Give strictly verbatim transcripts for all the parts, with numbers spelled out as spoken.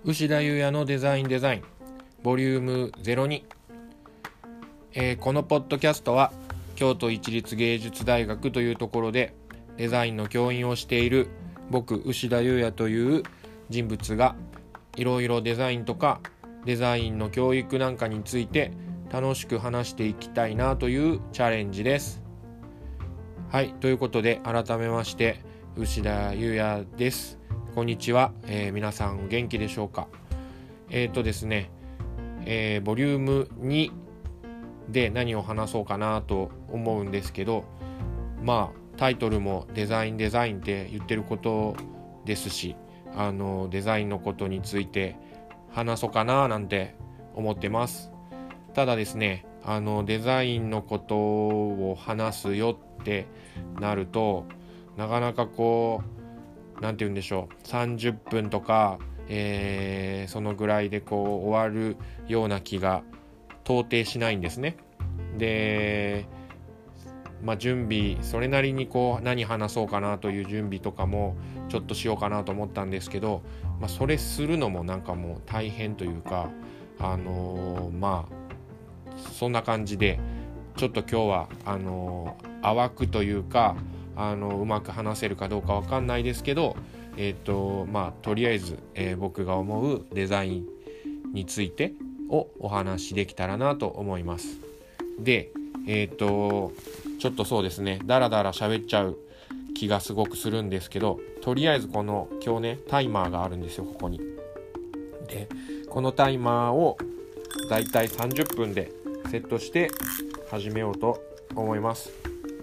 牛田裕也のデザインデザインボリュームゼロに、えー、このポッドキャストは京都市立芸術大学というところでデザインの教員をしている僕牛田裕也という人物がいろいろデザインとかデザインの教育なんかについて楽しく話していきたいなというチャレンジです。はい、ということで改めまして牛田裕也です。こんにちは、えー、皆さんお元気でしょうか。えっ、ー、とですね、えー、ボリュームにで何を話そうかなと思うんですけど、まあタイトルもデザインデザインって言ってることですし、あのデザインのことについて話そうかななんて思ってます。ただですね、あのデザインのことを話すよってなるとなかなかこうなんて言うんでしょう、さんじゅっぷんとか、えー、そのぐらいでこう終わるような気が到底しないんですね。で、まあ、準備それなりにこう何話そうかなという準備とかもちょっとしようかなと思ったんですけど、まあ、それするのもなんかもう大変というか、あのー、まあそんな感じでちょっと今日はあのー、淡くというかあのうまく話せるかどうかわかんないですけど、えっとまあとりあえず、えー、僕が思うデザインについてをお話しできたらなと思います。で、えっとちょっとそうですね、だらだら喋っちゃう気がすごくするんですけど、とりあえずこの今日ねタイマーがあるんですよ、ここに。で、このタイマーをだいたいさんじゅっぷんでセットして始めようと思います。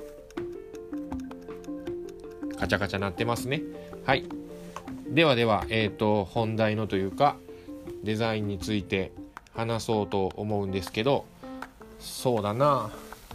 カチャカチャ鳴ってますね。はい。ではでは、えっと、本題のというか、デザインについて話そうと思うんですけど、そうだな。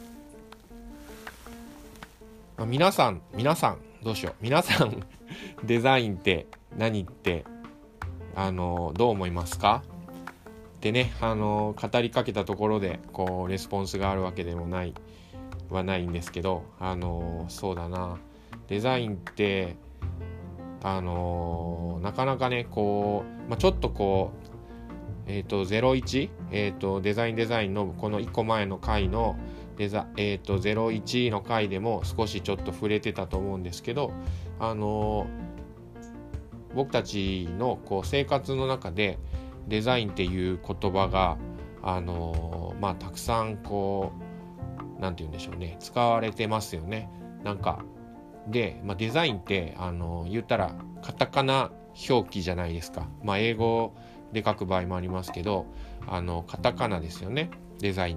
まあ、皆さん、皆さん、どうしよう。皆さん、デザインって何って、あの、どう思いますか？でね、あの、語りかけたところで、こう、レスポンスがあるわけでもない、はないんですけど、あの、そうだな。デザインってあのー、なかなかねこう、まあ、ちょっとこうえっ、ー、とゼロイチ、えっ、ー、とデザインデザインのこのいっこまえの回のデザえっ、とゼロイチの回でも少しちょっと触れてたと思うんですけど、あの僕たちのこう生活の中でデザインっていう言葉があのまあたくさんこうなんて言うんでしょうね、使われてますよね。なんかで、まあ、デザインってあの言ったらカタカナ表記じゃないですか。まあ英語で書く場合もありますけど、あのカタカナですよね、デザインって。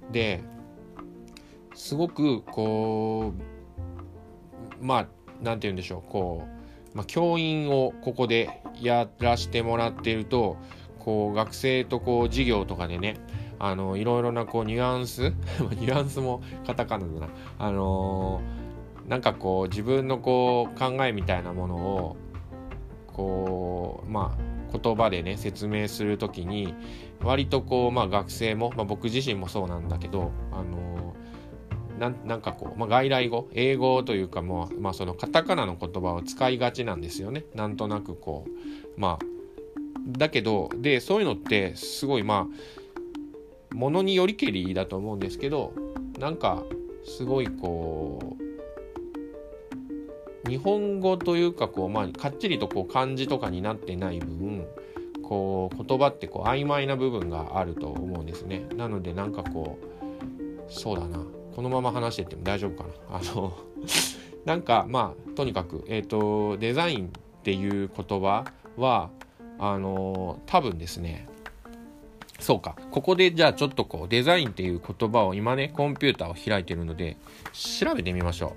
ですごくこうまあなんて言うんでしょう、こう、まあ、教員をここでやらせてもらっていると、こう学生とこう授業とかでね、あのいろいろなこうニュアンスニュアンスもカタカナだな、あのーなんかこう自分のこう考えみたいなものをこうまあ言葉でね説明するときに割とこうまあ学生も、まあ、僕自身もそうなんだけど、あのな ん, なんかこう、まあ、外来語英語というかもう、まあ、そのカタカナの言葉を使いがちなんですよね。なんとなくこうまあだけどでそういうのってすごいまあものによりけりだと思うんですけど、なんかすごいこう日本語というかこう、まあ、かっちりとこう漢字とかになってない分、こう言葉ってこう曖昧な部分があると思うんですね。なのでなんかこうそうだな、このまま話してても大丈夫かな。あのなんかまあとにかく、えーと、デザインっていう言葉はあの多分ですね、そうか、ここでじゃあちょっとこうデザインっていう言葉を今ねコンピューターを開いてるので調べてみましょう。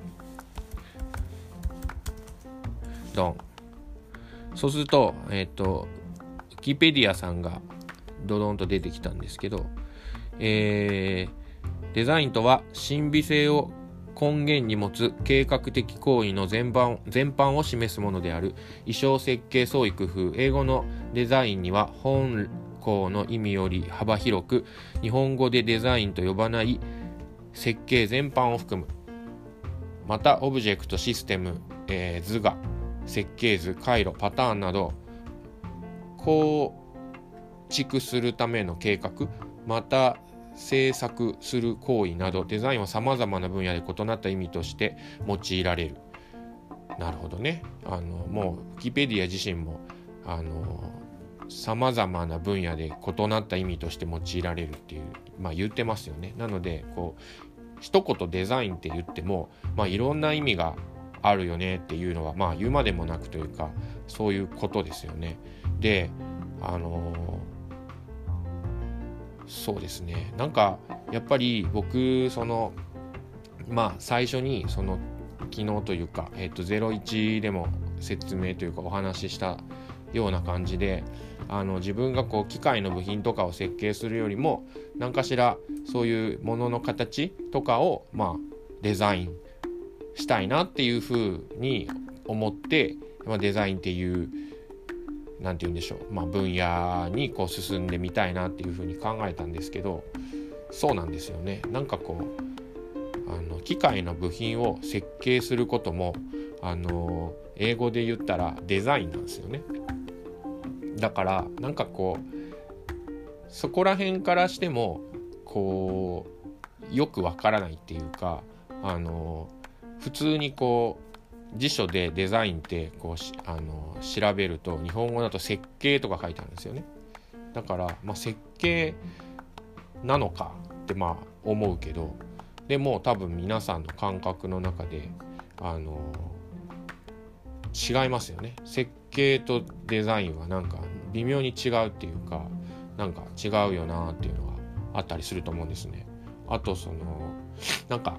ドン。そうすると、えっと、ウィキペディアさんがドドンと出てきたんですけど、えー、デザインとは神秘性を根源に持つ計画的行為の全般、全般を示すものである。意匠設計創意工夫。英語のデザインには本項の意味より幅広く、日本語でデザインと呼ばない設計全般を含む。また、オブジェクト、システム、えー、図画、設計図、回路、パターンなど、 構築するための計画、また制作する行為など、デザインはさまざまな分野で異なった意味として用いられる。なるほどね。あのもうウィキペディア自身もあのさまざまな分野で異なった意味として用いられるっていう、まあ、言ってますよね。なのでこう一言デザインって言っても、まあ、いろんな意味があるよねっていうのは、まあ、言うまでもなくというか、そういうことですよね。で、あのー、そうですね。なんかやっぱり僕そのまあ最初にその昨日というか、えっとゼロイチでも説明というかお話ししたような感じで、あの自分がこう機械の部品とかを設計するよりも何かしらそういうものの形とかをまあデザインしたいなっていうふうに思って、まあ、デザインっていうなんて言うんでしょう、まあ、分野にこう進んでみたいなっていうふうに考えたんですけど、そうなんですよね。なんかこうあの機械の部品を設計することもあの英語で言ったらデザインなんですよね。だからなんかこうそこら辺からしてもこうよくわからないっていうか、あの普通にこう辞書でデザインってこうあの調べると日本語だと設計とか書いてあるんですよね。だから、まあ、設計なのかってまあ思うけど、でも多分皆さんの感覚の中であの違いますよね。設計とデザインはなんか微妙に違うっていうか、なんか違うよなっていうのがあったりすると思うんですね。あとそのなんか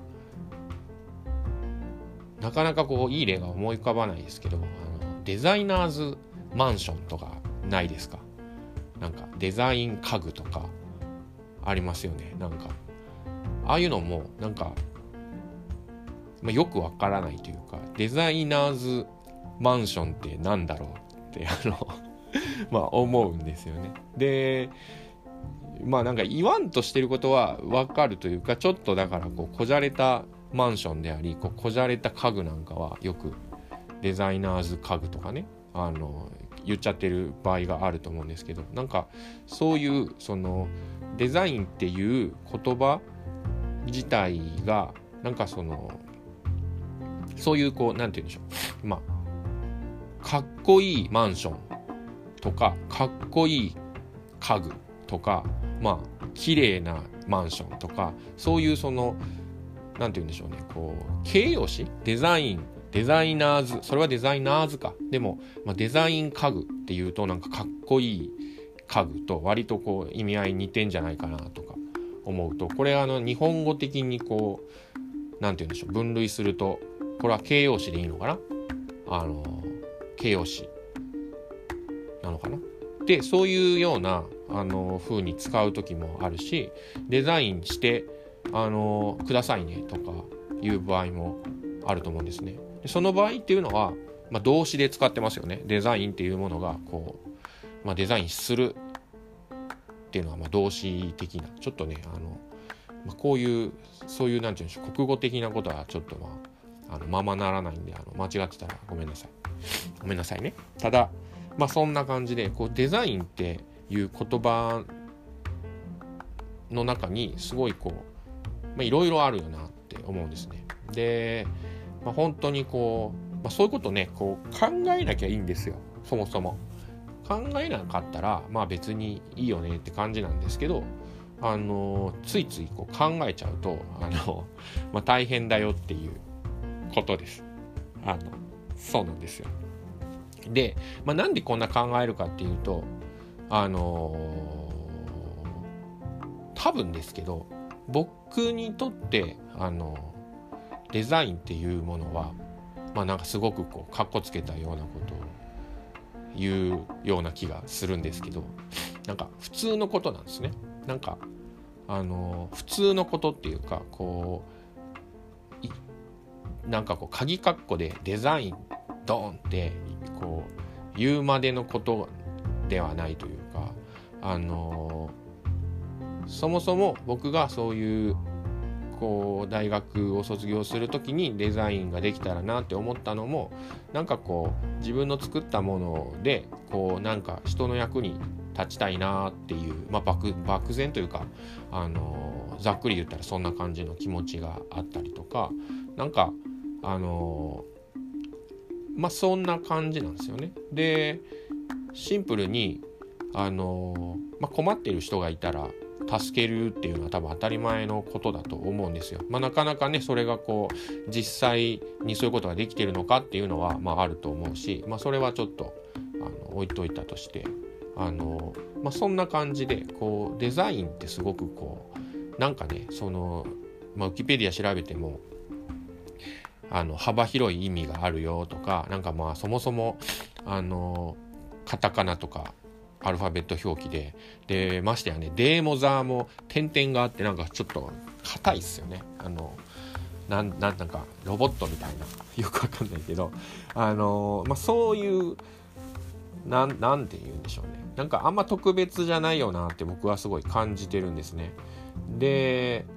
なかなかこういい例が思い浮かばないですけど、あのデザイナーズマンションとかないですか？なんかデザイン家具とかありますよね。なんかああいうのもなんか、まあ、よくわからないというか、デザイナーズマンションってなんだろうってあのまあ思うんですよね。でまあなんか言わんとしてることはわかるというか、ちょっとだからこうこじゃれたマンションであり、こうこじゃれた家具なんかはよくデザイナーズ家具とかね、あの言っちゃってる場合があると思うんですけど、なんかそういうそのデザインっていう言葉自体がなんかそのそういうこうなんて言うんでしょう、まあかっこいいマンションとかかっこいい家具とか、まあ綺麗なマンションとか、そういうそのなんて言うんでしょうね、こう形容詞、デザインデザイナーズ、それはデザイナーズか、でも、まあ、デザイン家具っていうとなんかかっこいい家具と割とこう意味合い似てんじゃないかなとか思うと、これあの日本語的にこうなんて言うんでしょう、分類するとこれは形容詞でいいのかな、あの形容詞なのかな。でそういうようなあの風に使う時もあるし、デザインしてあのくださいねとかいう場合もあると思うんですね。でその場合っていうのは、まあ、動詞で使ってますよね。デザインっていうものがこう、まあ、デザインするっていうのはまあ動詞的な、ちょっとねあの、まあ、こういうそういうなんていうんでしょう、国語的なことはちょっとまああのままならないんで、あの間違ってたらごめんなさいごめんなさいね。ただまあそんな感じでこうデザインっていう言葉の中にすごいこういろいろあるよなって思うんですね。で、まあ、本当にこう、まあ、そういうことねこう考えなきゃいいんですよ。そもそも考えなかったらまあ別にいいよねって感じなんですけど、あのついついこう考えちゃうとあの、まあ、大変だよっていうことです。あのそうなんですよ。で、まあ、なんでこんな考えるかっていうと、あのー、多分ですけど僕にとってあのデザインっていうものはまあなんかすごくこうかっこつけたようなことを言うような気がするんですけど、なんか普通のことなんですね。なんかあの普通のことっていうか、こうなんかこう鍵括弧でデザインドーンってこう言うまでのことではないというか、あのそもそも僕がそういうこう大学を卒業する時にデザインができたらなって思ったのも、なんかこう自分の作ったものでこうなんか人の役に立ちたいなっていう、まあ、漠, 漠然というか、あのざっくり言ったらそんな感じの気持ちがあったりとか、なんかあのまあそんな感じなんですよね。でシンプルにあの、まあ、困っている人がいたら助けるっていうのは多分当たり前のことだと思うんですよ。まあ、なかなかねそれがこう実際にそういうことができているのかっていうのはまああると思うし、まあ、それはちょっとあの置いといたとして、あの、まあ、そんな感じでこうデザインってすごくこうなんかねその、まあ、ウィキペディア調べてもあの幅広い意味があるよとか、なんかまあそもそもあのカタカナとかアルファベット表記で、でましてやねデーもザーも点々があって、なんかちょっと硬いっすよね。あのなんなんなんかロボットみたいなよくわかんないけど、あのまあそういうなんなんて言うんでしょうね、なんかあんま特別じゃないよなって僕はすごい感じてるんですね。で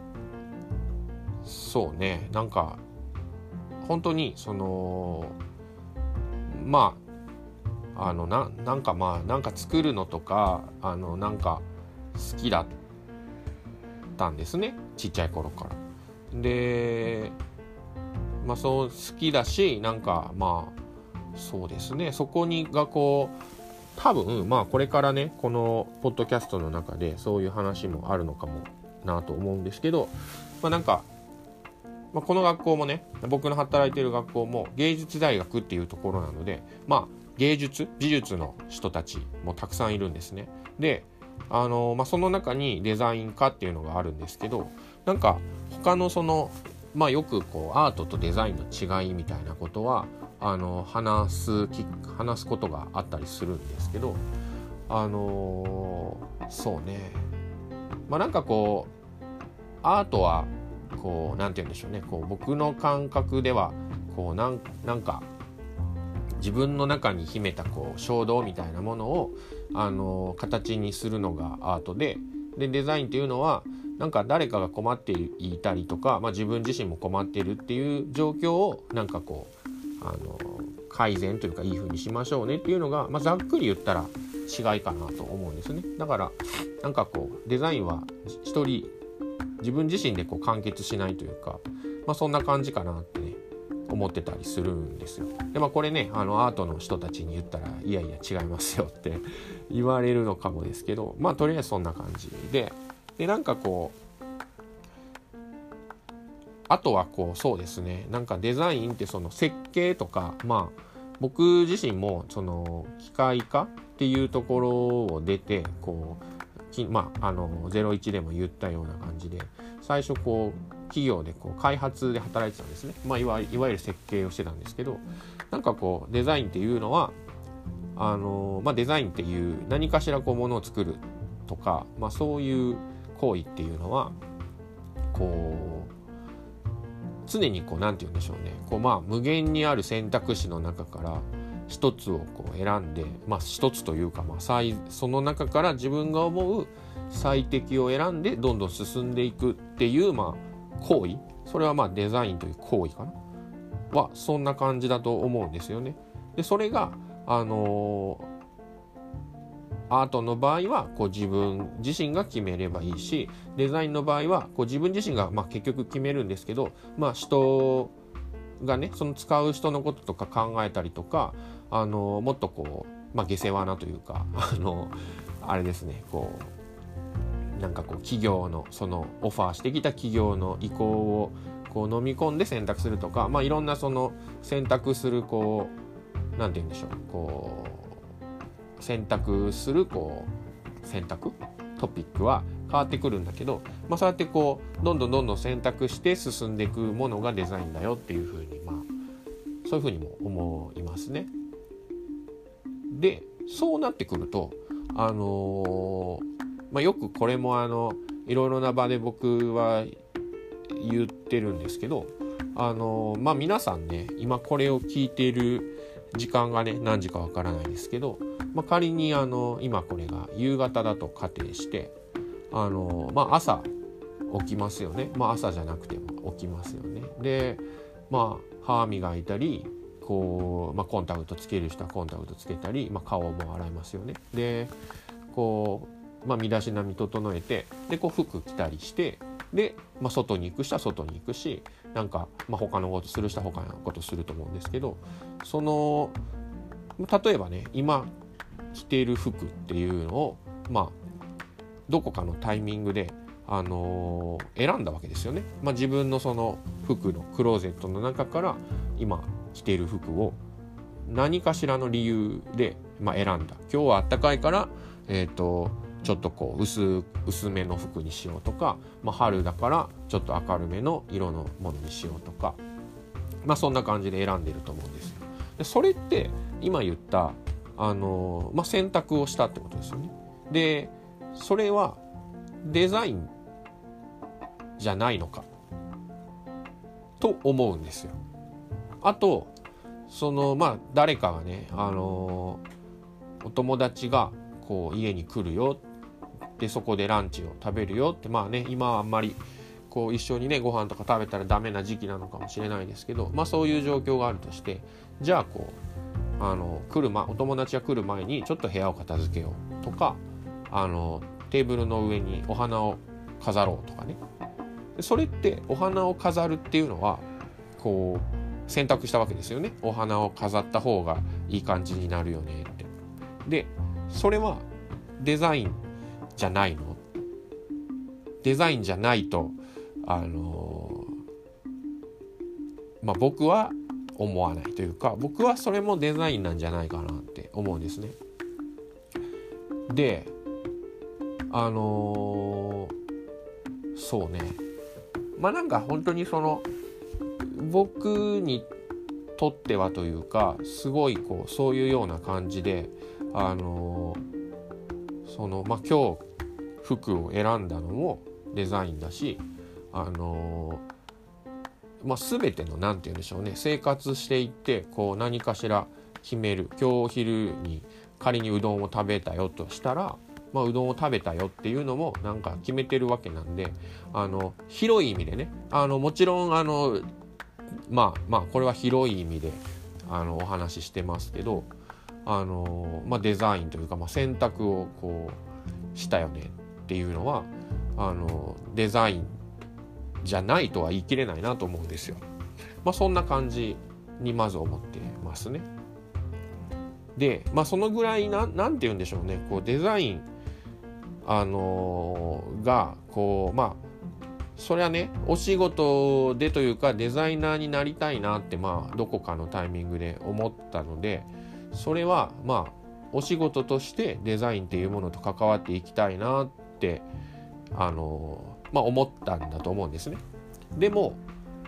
そうね、なんか本当にそのまああの な, なんかまあなんか作るのとかあのなんか好きだったんですね、ちっちゃい頃から。でまあそう好きだし、なんかまあそうですね、そこにがこう多分まあこれからねこのポッドキャストの中でそういう話もあるのかもなと思うんですけど、まあなんか、まあ、この学校もね僕の働いてる学校も芸術大学っていうところなので、まあ芸術美術の人たちもたくさんいるんですね。であの、まあ、その中にデザイン科っていうのがあるんですけど、なんか他のそのまあよくこうアートとデザインの違いみたいなことはあの話す話すことがあったりするんですけど、あのそうね、まあなんかこうアートはこうなんて言うんでしょうね、こう僕の感覚ではこうなんなんか自分の中に秘めたこう衝動みたいなものをあの形にするのがアートで、でデザインっていうのはなんか誰かが困っていたりとか、まあ、自分自身も困っているっていう状況をなんかこうあの改善というかいい風にしましょうねっていうのが、まあ、ざっくり言ったら違いかなと思うんですね。だからなんかこうデザインは一人自分自身でこう完結しないというか、まあ、そんな感じかなってね思ってたりするんですよ。でまあこれねあのアートの人たちに言ったらいやいや違いますよって言われるのかもですけど、まあとりあえずそんな感じで、でなんかこうあとはこうそうですね、なんかデザインってその設計とか、まあ僕自身もその機械化っていうところを出てこうまああのゼロイチでも言ったような感じで最初こう企業でこう開発で働いてたんですね。まあいわ、いわゆる設計をしてたんですけど、なんかこうデザインっていうのはあの、まあ、デザインっていう何かしらこうものを作るとか、まあ、そういう行為っていうのはこう常にこうなんて言うんでしょうね、こうまあ無限にある選択肢の中から一つをこう選んで、まあ一つというかまあ最その中から自分が思う最適を選んでどんどん進んでいくっていうまあ行為、それはまあデザインという行為かなはそんな感じだと思うんですよね。でそれがあのー、アートの場合はこう自分自身が決めればいいし、デザインの場合はこう自分自身がまあ結局決めるんですけど、まあ人がねその使う人のこととか考えたりとか、あのー、もっとこうまあ下世話なというかあのー、あれですね、こうなんかこう企業のそのオファーしてきた企業の意向をこう飲み込んで選択するとか、まあいろんなその選択するこうなんて言うんでしょう、こう選択するこう選択トピックは変わってくるんだけど、まあそうやってこうどんどんどんどん選択して進んでいくものがデザインだよっていうふうにまあそういうふうにも思いますね。でそうなってくるとあのー、まあよくこれもあのいろいろな場で僕は言ってるんですけど、あのー、まあ皆さんね今これを聞いている時間がね何時かわからないですけど、まあ、仮にあの今これが夕方だと仮定して、あのまあ朝起きますよね。まあ朝じゃなくても起きますよね。でまあ歯磨いたりこう、まあ、コンタクトつける人はコンタクトつけたり、まあ、顔も洗いますよね。でこう、まあ、身だしなみ整えてでこう服着たりしてで、まあ、外に行く人は外に行くしなんか、まあ、他のことする人は他のことすると思うんですけど、その例えばね今着ている服っていうのをまあどこかのタイミングであのー、選んだわけですよね。まあ、自分のその服のクローゼットの中から今着ている服を何かしらの理由で、まあ、選んだ。今日は暖かいから、えーと、ちょっとこう 薄, 薄めの服にしようとか、まあ、春だからちょっと明るめの色のものにしようとか、まあ、そんな感じで選んでると思うんですよ。でそれって今言った、あのーまあ、選択をしたってことですよね。でそれはデザインじゃないのかと思うんですよ。あとそのまあ誰かがね、あのー、お友達がこう家に来るよでそこでランチを食べるよってまあね今はあんまりこう一緒にねご飯とか食べたらダメな時期なのかもしれないですけど、まあそういう状況があるとして、じゃあこうあの来る、ま、お友達が来る前にちょっと部屋を片付けようとか、あのテーブルの上にお花を飾ろうとかね。それってお花を飾るっていうのはこう選択したわけですよね。お花を飾った方がいい感じになるよねって。でそれはデザインじゃないの？デザインじゃないとあのー、まあ僕は思わないというか、僕はそれもデザインなんじゃないかなって思うんですね。であのー、そうねまあなんか本当にその僕にとってはというかすごいこうそういうような感じであのー、そのまあ今日服を選んだのもデザインだし、あのー、まあ全てのなんて言うんでしょうね、生活していってこう何かしら決める。今日お昼に仮にうどんを食べたよとしたら、まあ、うどんを食べたよっていうのもなんか決めてるわけなんで、あの広い意味でね、あのもちろんあのまあまあこれは広い意味であのお話ししてますけど、あの、まあ、デザインというか、まあ、選択をこうしたよねっていうのはあのデザインじゃないとは言い切れないなと思うんですよ。まあそんな感じにまず思ってますね。でまあそのぐらいな、なんて言うんでしょうね、こうデザインあのー、がこうまあそれはねお仕事でというかデザイナーになりたいなってまあどこかのタイミングで思ったので、それはまあお仕事としてデザインっていうものと関わっていきたいなってあのー、まあ思ったんだと思うんですね。でも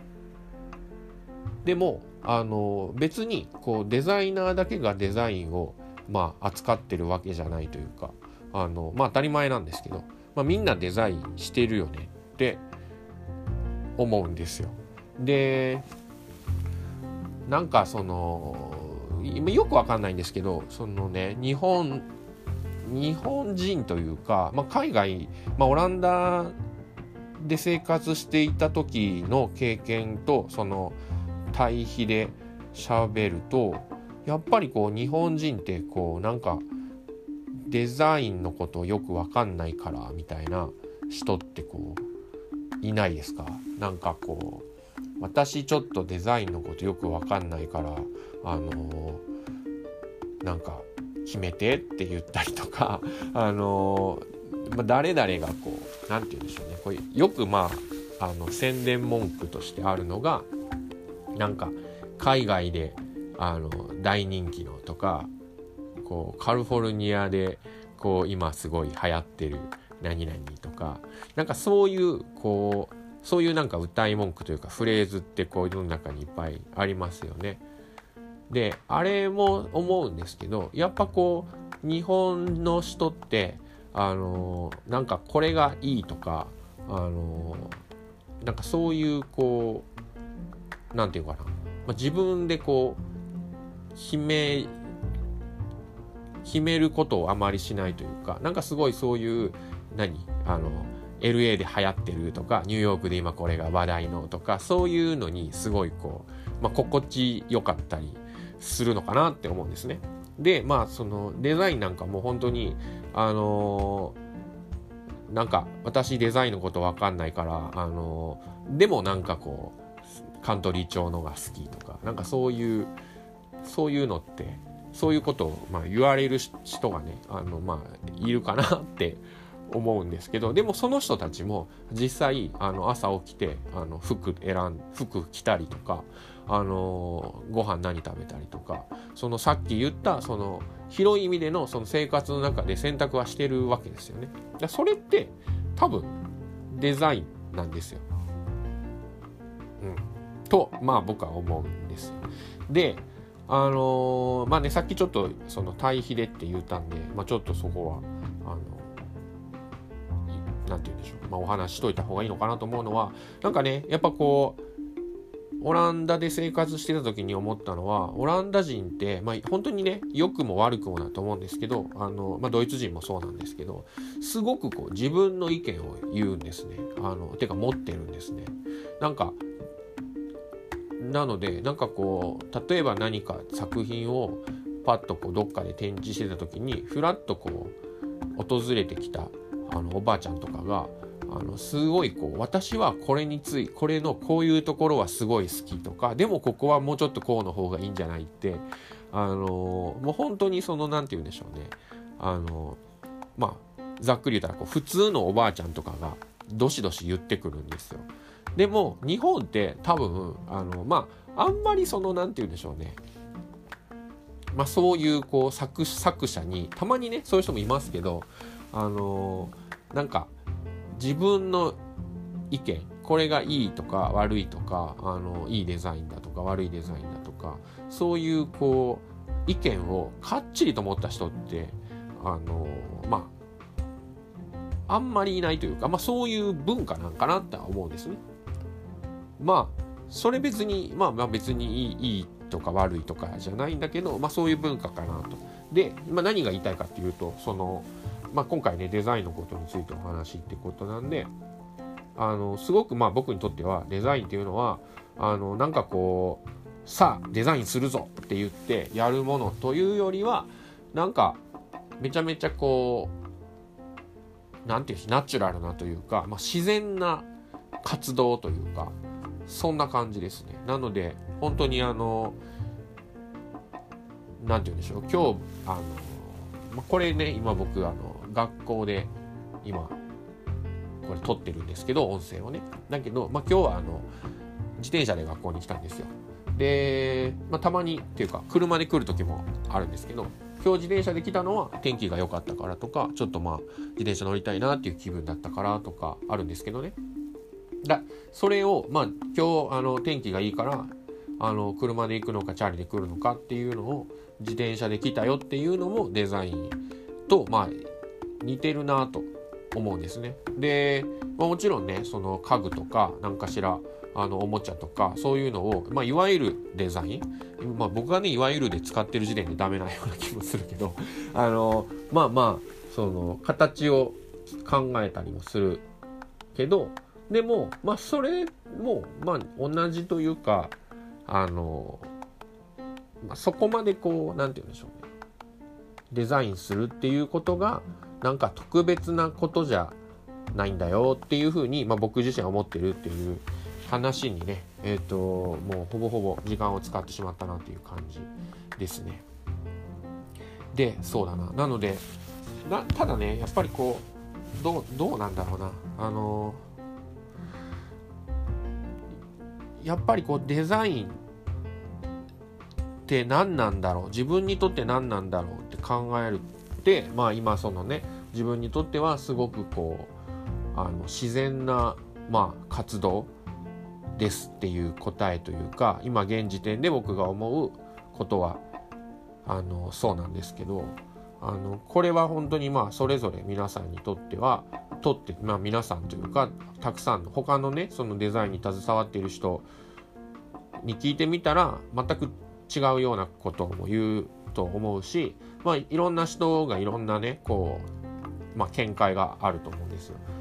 でもあのー、別にこうデザイナーだけがデザインをまあ扱ってるわけじゃないというか、あのまあ当たり前なんですけど、まあ、みんなデザインしてるよねって思うんですよ。でなんかそのよくわかんないんですけど、そのね日本日本人というか、まあ、海外、まあ、オランダで生活していた時の経験とその対比で喋ると、やっぱりこう日本人ってこうなんかデザインのことをよくわかんないからみたいな人ってこういないですか？なんかこう私ちょっとデザインのことよくわかんないからあのー、なんか決めてって言ったりとかあのー、まあ、誰々がこうなんて言うんでしょうね、これよくまああの宣伝文句としてあるのがなんか海外であの大人気のとかこうカリフォルニアでこう今すごい流行ってる何々とか、なんかそういうこうそういうなんか歌い文句というかフレーズってこう世の中にいっぱいありますよね。であれも思うんですけど、やっぱこう日本の人ってあのなんかこれがいいとかあのなんかそういうこうなんていうかな、まあ、自分でこう決め決めることをあまりしないというか、なんかすごいそういう何あのエルエー で流行ってるとかニューヨークで今これが話題のとか、そういうのにすごいこう、まあ、心地よかったりするのかなって思うんですね。でまあそのデザインなんかも本当にあのー、なんか私デザインのことわかんないから、あのー、でもなんかこうカントリー調のが好きとか、なんかそういうそういうのってそういうことをまあ言われる人がね、あのまあいるかなって思うんですけど、でもその人たちも実際あの朝起きてあの服選ん服着たりとか、あのご飯何食べたりとか、そのさっき言ったその広い意味でのその生活の中で選択はしてるわけですよね。だそれって多分デザインなんですよ、うん、とまあ僕は思うんですよ。であのー、まあねさっきちょっとその対比でって言ったんで、まあ、ちょっとそこはあのなんて言うんでしょう、まあ、お話ししといた方がいいのかなと思うのは、なんかねやっぱこうオランダで生活してた時に思ったのは、オランダ人って、まあ、本当にね良くも悪くもだと思うんですけど、あの、まあ、ドイツ人もそうなんですけど、すごくこう自分の意見を言うんですね。あのてか持ってるんですね。なんかなのでなんかこう例えば何か作品をパッとこうどっかで展示してた時にふらっとこう訪れてきたあのおばあちゃんとかがあのすごいこう私はこれについこれのこういうところはすごい好きとか、でもここはもうちょっとこうの方がいいんじゃないって、あのもう本当にそのなんて言うんでしょうね、あのまあざっくり言ったらこう普通のおばあちゃんとかがどしどし言ってくるんですよ。でも日本って多分あのまああんまりそのなんて言うんでしょうね、まあそういうこう 作, 作者にたまにねそういう人もいますけど、あのなんか自分の意見これがいいとか悪いとか、あのいいデザインだとか悪いデザインだとか、そういうこう意見をかっちりと持った人ってあのまああんまりいないというか、まあそういう文化なんかなって思うんですね。まあそれ別にまあまあ別にいい、いいとか悪いとかじゃないんだけど、まあそういう文化かなと。で、まあ、何が言いたいかっていうと、そのまあ今回ねデザインのことについてお話ってことなんで、あのすごくまあ僕にとってはデザインっていうのはあのなんかこうさあデザインするぞって言ってやるものというよりは、なんかめちゃめちゃこうなんていうナチュラルなというか、まあ、自然な活動というか、そんな感じですね。なので本当にあのなんて言うんでしょう、今日あの、まあ、これね今僕あの学校で今これ撮ってるんですけど音声をね、だけど、まあ、今日はあの自転車で学校に来たんですよ。で、まあ、たまにっていうか車で来る時もあるんですけど、今日自転車で来たのは天気が良かったからとか、ちょっとまあ自転車乗りたいなっていう気分だったからとかあるんですけどね。だそれをまあ今日あの天気がいいからあの車で行くのかチャリで来るのかっていうのを自転車で来たよっていうのもデザインとまあ似てるなと思うんですね。で、まあ、もちろんねその家具とか何かしらあのおもちゃとかそういうのを、まあ、いわゆるデザイン、まあ、僕がねいわゆるで使ってる時点でダメなような気もするけど、あのまあまあその形を考えたりもするけど、でもまあそれもまあ同じというか、あの、まあ、そこまでこうなんて言うんでしょうね、デザインするっていうことがなんか特別なことじゃないんだよっていうふうに、まあ、僕自身は思ってるっていう話にね、えっともうほぼほぼ時間を使ってしまったなっていう感じですね。でそうだな、なのでなただねやっぱりこうどうどうなんだろうな、あのやっぱりこうデザインって何なんだろう、自分にとって何なんだろうって考えるって、まあ今そのね自分にとってはすごくこうあの自然なまあ活動ですっていう答えというか、今現時点で僕が思うことはあのそうなんですけど、あのこれは本当にまあそれぞれ皆さんにとってはとってまあ皆さんというかたくさんの他のねそのデザインに携わっている人に聞いてみたら全く違うようなことも言うと思うし、まあいろんな人がいろんなねこうまあ見解があると思うんですよ。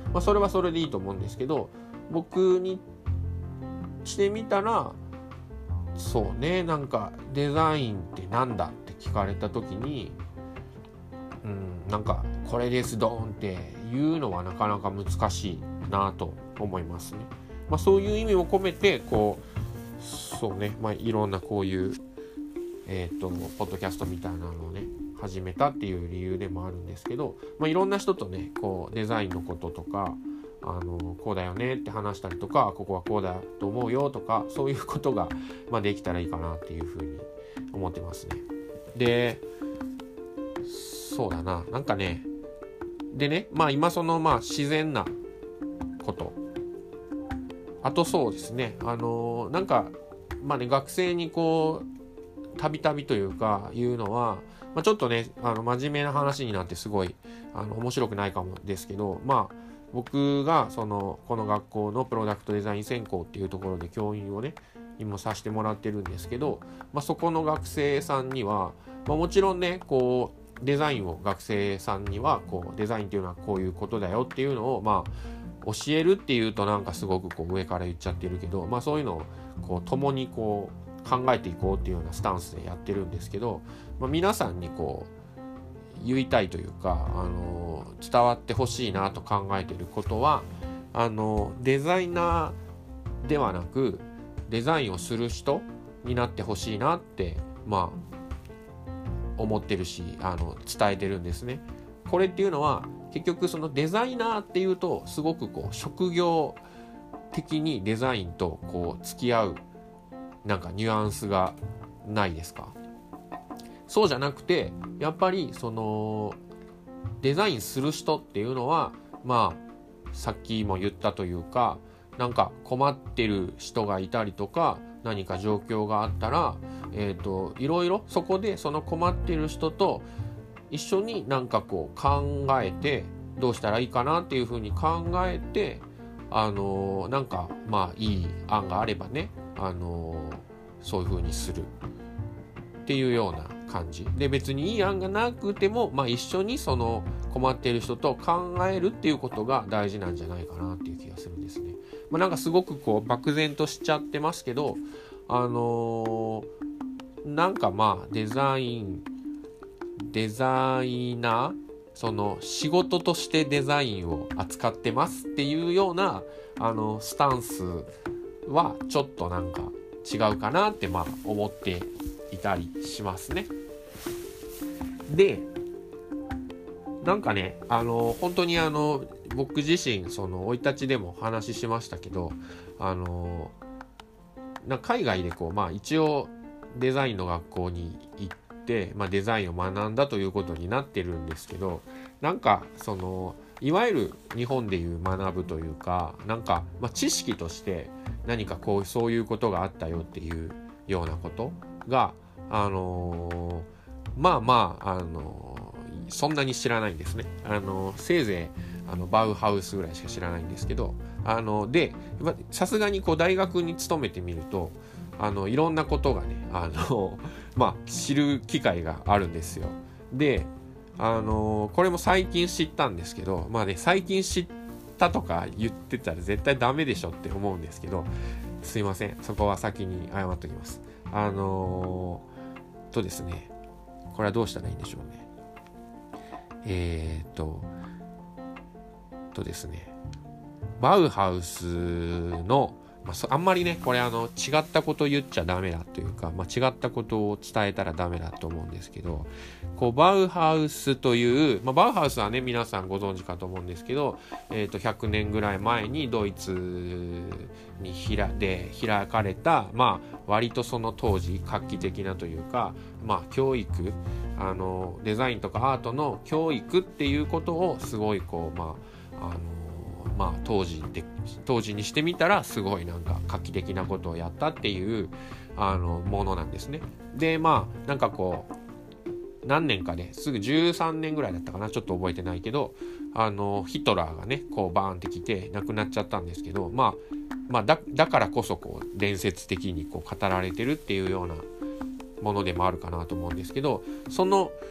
まあ、それはそれでいいと思うんですけど、僕にしてみたらそうね、なんかデザインってなんだって聞かれた時に、うん、なんかこれですドーンって言うのはなかなか難しいなと思いますね。まあ、そういう意味を込めてこうそうね、まあ、いろんなこういうえっとポッドキャストみたいなのをね始めたっていう理由でもあるんですけど、まあ、いろんな人とねこうデザインのこととかあのこうだよねって話したりとか、ここはこうだと思うよとか、そういうことが、まあ、できたらいいかなっていうふうに思ってますね。でそうだな、なんかねでねまあ今そのまあ自然なこと、あとそうですねあのなんかまあね学生にこうたびたびというか言うのは、まあ、ちょっとねあの真面目な話になってすごいあの面白くないかもですけど、まあ僕がそのこの学校のプロダクトデザイン専攻っていうところで教員をね今させてもらってるんですけど、まあ、そこの学生さんには、まあ、もちろんねこうデザインを学生さんにはこうデザインっていうのはこういうことだよっていうのをまあ教えるっていうとなんかすごくこう上から言っちゃってるけど、まあそういうのをこう共にこう考えていこうっていうようなスタンスでやってるんですけど、まあ、皆さんにこう言いたいというか、あの伝わってほしいなと考えていることは、あのデザイナーではなくデザインをする人になってほしいなってまあ思ってるし、あの伝えてるんですね。これっていうのは結局そのデザイナーっていうとすごくこう職業的にデザインとこう付き合うなんかニュアンスがないですか。そうじゃなくてやっぱりそのデザインする人っていうのはまあさっきも言ったというか、なんか困ってる人がいたりとか何か状況があったら、えーと、いろいろそこでその困ってる人と一緒になんかこう考えてどうしたらいいかなっていうふうに考えて、あのー、なんかまあいい案があればね、あのー、そういうふうにするっていうような感じで、別にいい案がなくても、まあ、一緒にその困っている人と考えるっていうことが大事なんじゃないかなっていう気がするんですね。まあ、なんかすごくこう漠然としちゃってますけど、あのー、なんかまあデザインデザイナーその仕事としてデザインを扱ってますっていうようなあのスタンスはちょっとなんか違うかなってまあ思っていたりしますね。でなんかねあの本当にあの僕自身その生い立ちでも話しましたけど、あのな海外でこうまあ一応デザインの学校に行って、まあ、デザインを学んだということになってるんですけど、なんかそのいわゆる日本でいう学ぶというか、なんか、まあ、知識として何かこうそういうことがあったよっていうようなことがあのー、まあまああのー、そんなに知らないんですね。あのー、せいぜいあのバウハウスぐらいしか知らないんですけど、あのでさすがにこう大学に勤めてみるとあのいろんなことがねあのまあ知る機会があるんですよ。であのこれも最近知ったんですけど、まあね最近知ったとか言ってたら絶対ダメでしょって思うんですけど、すいません、そこは先に謝っておきます。あのー、とですねこれはどうしたらいいんでしょうね。えー、っととですねバウハウスの、まあ、あんまりねこれあの違ったことを言っちゃダメだというか、まあ、違ったことを伝えたらダメだと思うんですけど、こうバウハウスという、まあ、バウハウスはね皆さんご存知かと思うんですけど、えー、とひゃくねんぐらい前にドイツにひらで開かれた、まあ、割とその当時画期的なというか、まあ、教育あのデザインとかアートの教育っていうことをすごいこうまああのまあ、当時で当時にしてみたらすごいなんか画期的なことをやったっていうあのものなんですね。でまあなんかこう何年かですぐじゅうさんねんぐらいだったかな、ちょっと覚えてないけど、あのヒトラーがねこうバーンってきて亡くなっちゃったんですけど、まあまあ だ, だからこそこう伝説的にこう語られてるっていうようなものでもあるかなと思うんですけど、その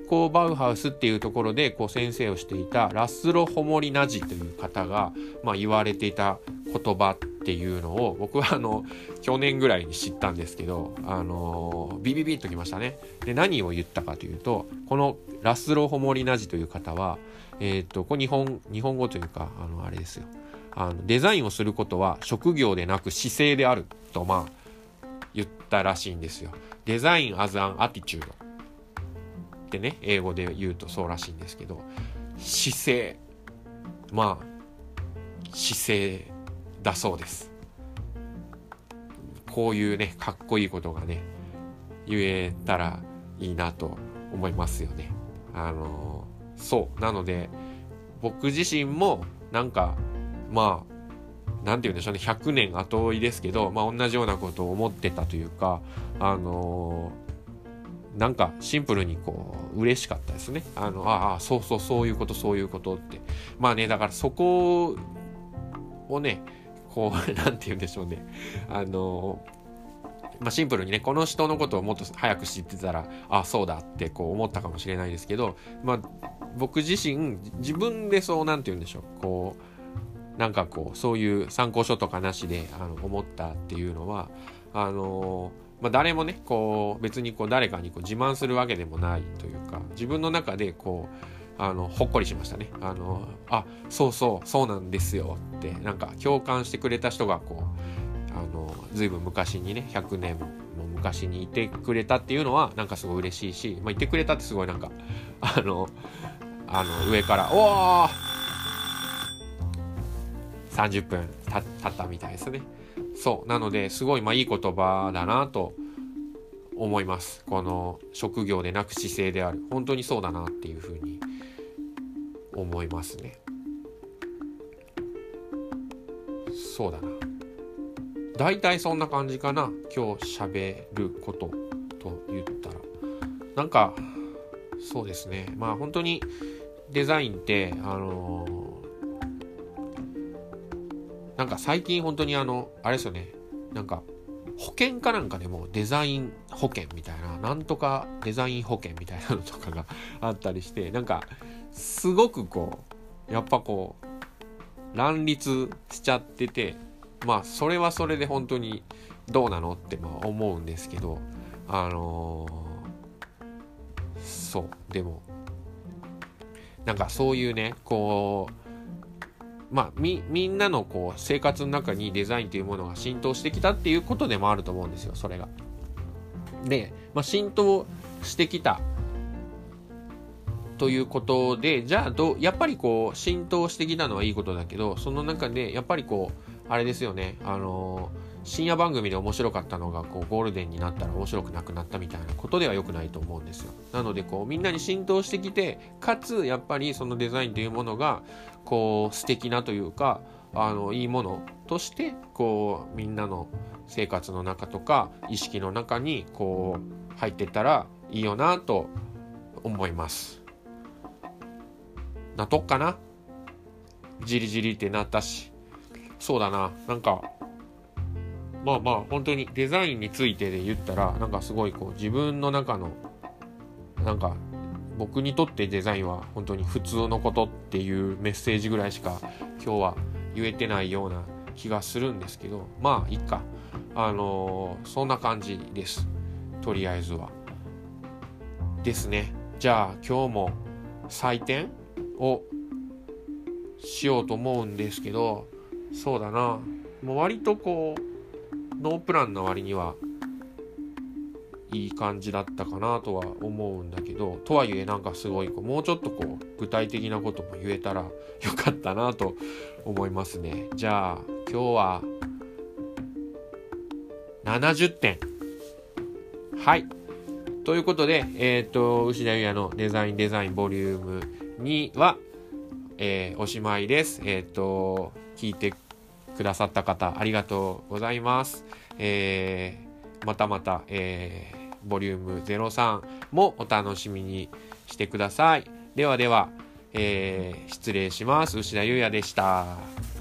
校バウハウスっていうところでこう先生をしていたラスロ・ホモリナジという方が、まあ、言われていた言葉っていうのを僕はあの去年ぐらいに知ったんですけど、あのー、ビビビッときましたね。で何を言ったかというと、このラスロ・ホモリナジという方は、えー、とこれ日本日本語というかあのあれですよ、あのデザインをすることは職業でなく姿勢であるとまあ言ったらしいんですよ。デザイン as an attitude ってね、英語で言うとそうらしいんですけど、姿勢、まあ姿勢だそうです。こういうねかっこいいことがね言えたらいいなと思いますよね。あのー、そうなので僕自身もなんかまあなんて言うんでしょうね、ひゃくねん後追いですけど、まあ同じようなことを思ってたというか、あのー、なんかシンプルにこう嬉しかったですね。あのああそうそうそういうことそういうことってまあね、だからそこをねこうなんて言うんでしょうね、あのー、まあシンプルにねこの人のことをもっと早く知ってたらあそうだってこう思ったかもしれないですけど、まあ僕自身自分でそうなんて言うんでしょう、こうなんかこうそういう参考書とかなしであの思ったっていうのはあのー、まあ誰もねこう別にこう誰かにこう自慢するわけでもないというか、自分の中でこうあのほっこりしましたね。あのあそうそうそうなんですよってなんか共感してくれた人がこうあのずいぶん昔にねひゃくねんも昔にいてくれたっていうのはなんかすごい嬉しいし、まあ、いてくれたってすごいなんかあのあの上からおーさんじゅっぷんた経ったみたいですね。そうなのですごいまあいい言葉だなと思います。この職業でなく姿勢である、本当にそうだなっていうふうに思いますね。そうだな、だいたいそんな感じかな今日喋ることと言ったら。なんかそうですね、まあ本当にデザインってあのー、なんか最近本当にあのあれですよね、なんか保険かなんかでもデザイン保険みたいな、なんとかデザイン保険みたいなのとかがあったりして、なんかすごくこうやっぱこう乱立しちゃってて、まあそれはそれで本当にどうなのってまあ思うんですけど、あのー、そうでもなんかそういうねこうまあ、み, みんなのこう生活の中にデザインというものが浸透してきたっていうことでもあると思うんですよ、それが。で、まあ、浸透してきたということで、じゃあどうやっぱりこう浸透してきたのはいいことだけど、その中でやっぱりこうあれですよね、あのー、深夜番組で面白かったのがこうゴールデンになったら面白くなくなったみたいなことでは良くないと思うんですよ。なのでこうみんなに浸透してきて、かつやっぱりそのデザインというものがこう素敵なというかあのいいものとしてこうみんなの生活の中とか意識の中にこう入ってったらいいよなと思います。なとっかな、じりじりってなったし、そうだな、なんかまあまあ本当にデザインについてで言ったらなんかすごいこう自分の中のなんか僕にとってデザインは本当に普通のことっていうメッセージぐらいしか今日は言えてないような気がするんですけど、まあいいか、あのー、そんな感じです、とりあえずはですね。じゃあ今日も採点をしようと思うんですけど、そうだな、もう割とこうノープランの割にはいい感じだったかなとは思うんだけど、とはいえなんかすごいこうもうちょっとこう具体的なことも言えたらよかったなと思いますね。じゃあ今日はななじゅってん、はいということで、えっと牛田裕也のデザインデザインボリュームには、えー、おしまいです。えっと聞いてくださった方ありがとうございます。えー、またまた、えー、ボリュームゼロさんもお楽しみにしてください。ではでは、えー、失礼します。牛田裕也でした。